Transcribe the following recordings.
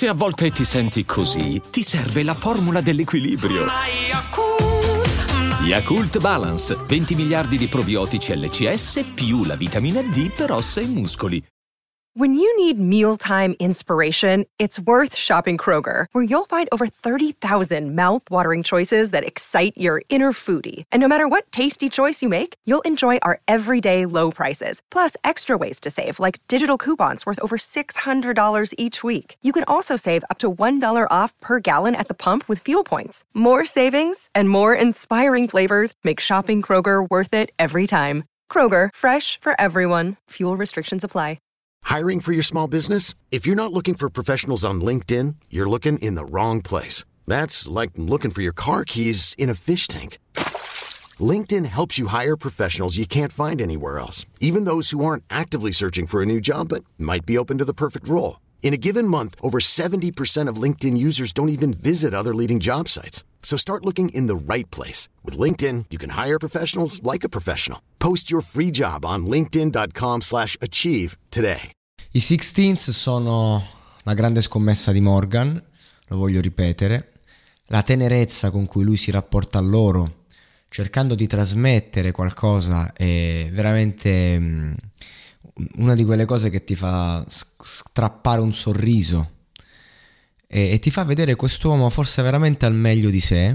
Se a volte ti senti così, ti serve la formula dell'equilibrio. Yakult Balance, 20 miliardi di probiotici LCS più la vitamina D per ossa e muscoli. When you need mealtime inspiration, it's worth shopping Kroger, where you'll find over 30,000 mouth-watering choices that excite your inner foodie. And no matter what tasty choice you make, you'll enjoy our everyday low prices, plus extra ways to save, like digital coupons worth over $600 each week. You can also save up to $1 off per gallon at the pump with fuel points. More savings and more inspiring flavors make shopping Kroger worth it every time. Kroger, fresh for everyone. Fuel restrictions apply. Hiring for your small business? If you're not looking for professionals on LinkedIn, you're looking in the wrong place. That's like looking for your car keys in a fish tank. LinkedIn helps you hire professionals you can't find anywhere else, even those who aren't actively searching for a new job but might be open to the perfect role. In a given month, over 70% of LinkedIn users don't even visit other leading job sites. So start looking in the right place. With LinkedIn, you can hire professionals like a professional. Post your free job on linkedin.com/achieve today. I Sixteens sono la grande scommessa di Morgan, lo voglio ripetere. La tenerezza con cui lui si rapporta a loro, cercando di trasmettere qualcosa, è veramente una di quelle cose che ti fa strappare un sorriso e ti fa vedere quest'uomo forse veramente al meglio di sé.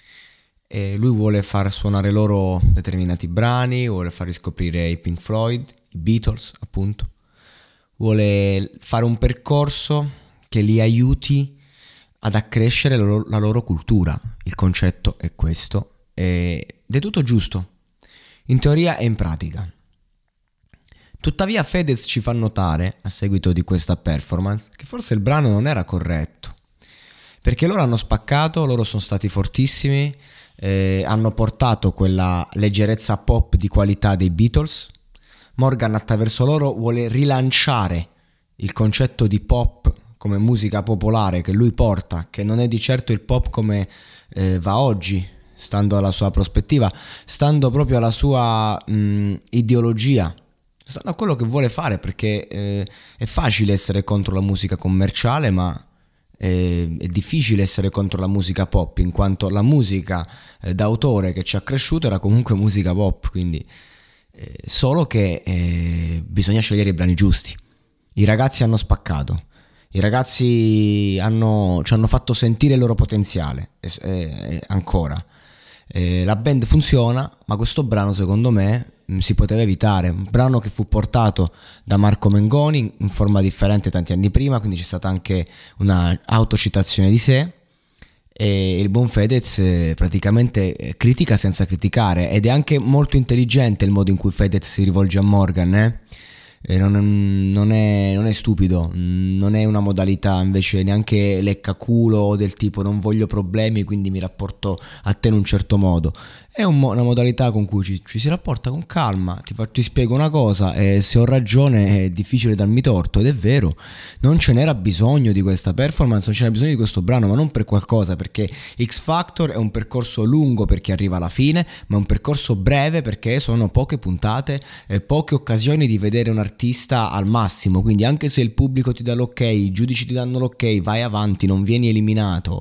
E lui vuole far suonare loro determinati brani, vuole far riscoprire i Pink Floyd, i Beatles appunto, vuole fare un percorso che li aiuti ad accrescere la loro cultura. Il concetto è questo ed è tutto giusto in teoria e in pratica. Tuttavia Fedez ci fa notare, a seguito di questa performance, che forse il brano non era corretto, perché loro hanno spaccato, loro sono stati fortissimi, hanno portato quella leggerezza pop di qualità dei Beatles. Morgan attraverso loro vuole rilanciare il concetto di pop come musica popolare che lui porta, che non è di certo il pop come va oggi, stando alla sua prospettiva, stando proprio alla sua ideologia, stando a quello che vuole fare, perché è facile essere contro la musica commerciale, ma è difficile essere contro la musica pop, in quanto la musica d'autore che ci ha cresciuto era comunque musica pop, quindi solo che bisogna scegliere i brani giusti. I ragazzi hanno spaccato, i ragazzi ci hanno fatto sentire il loro potenziale, ancora la band funziona, ma questo brano secondo me si poteva evitare. Un brano che fu portato da Marco Mengoni in forma differente tanti anni prima, quindi c'è stata anche una autocitazione di sé, e il buon Fedez praticamente critica senza criticare, ed è anche molto intelligente il modo in cui Fedez si rivolge a Morgan, non è stupido, non è una modalità invece neanche leccaculo del tipo non voglio problemi quindi mi rapporto a te in un certo modo. È una modalità con cui ci si rapporta con calma, ti spiego una cosa e se ho ragione è difficile darmi torto, ed è vero, non ce n'era bisogno di questa performance, non c'era bisogno di questo brano, ma non per qualcosa, perché X Factor è un percorso lungo per chi arriva alla fine, ma è un percorso breve perché sono poche puntate e poche occasioni di vedere un artista al massimo, quindi anche se il pubblico ti dà l'ok, i giudici ti danno l'ok, vai avanti, non vieni eliminato.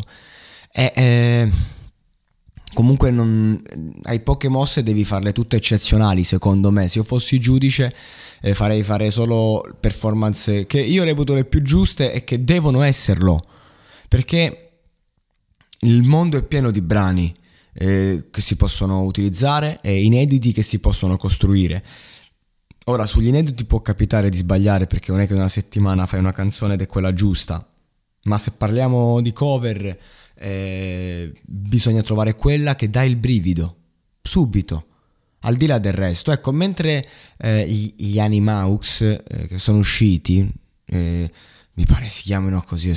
Comunque hai poche mosse, devi farle tutte eccezionali. Secondo me, se io fossi giudice farei fare solo performance che io reputo le più giuste e che devono esserlo, perché il mondo è pieno di brani che si possono utilizzare e inediti che si possono costruire. Ora, sugli inediti può capitare di sbagliare, perché non è che una settimana fai una canzone ed è quella giusta, ma se parliamo di cover bisogna trovare quella che dà il brivido subito, al di là del resto. Ecco, mentre gli Animaux che sono usciti, mi pare si chiamino così,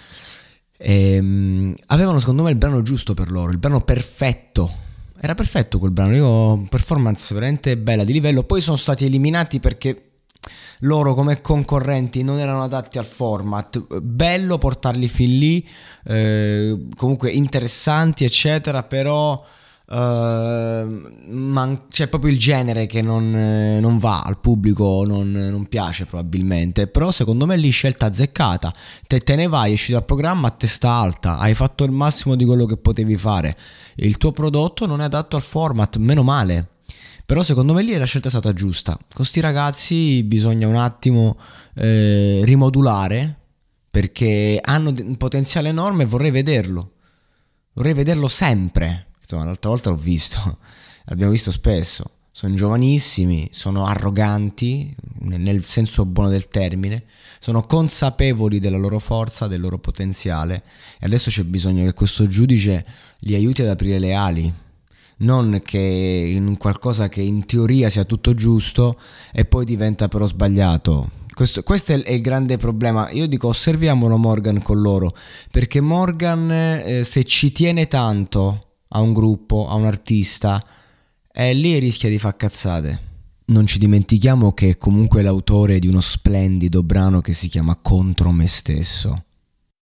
avevano secondo me il brano giusto per loro, il brano perfetto. Era perfetto quel brano, io performance veramente bella, di livello. Poi sono stati eliminati perché loro come concorrenti non erano adatti al format. Bello portarli fin lì, comunque interessanti eccetera, però c'è proprio il genere che non va al pubblico, non piace probabilmente, però secondo me lì scelta azzeccata, te ne vai, esci dal programma a testa alta, hai fatto il massimo di quello che potevi fare, il tuo prodotto non è adatto al format, meno male, però secondo me lì la scelta è stata giusta. Con sti ragazzi bisogna un attimo rimodulare, perché hanno un potenziale enorme e vorrei vederlo sempre. Insomma, l'altra volta l'ho visto, l'abbiamo visto spesso. Sono giovanissimi, sono arroganti nel senso buono del termine, sono consapevoli della loro forza, del loro potenziale, e adesso c'è bisogno che questo giudice li aiuti ad aprire le ali, non che in qualcosa che in teoria sia tutto giusto e poi diventa però sbagliato. Questo è il grande problema. Io dico, osserviamolo Morgan con loro, perché Morgan se ci tiene tanto a un gruppo, a un artista, lì rischia di far cazzate. Non ci dimentichiamo che è comunque l'autore di uno splendido brano che si chiama Contro me stesso.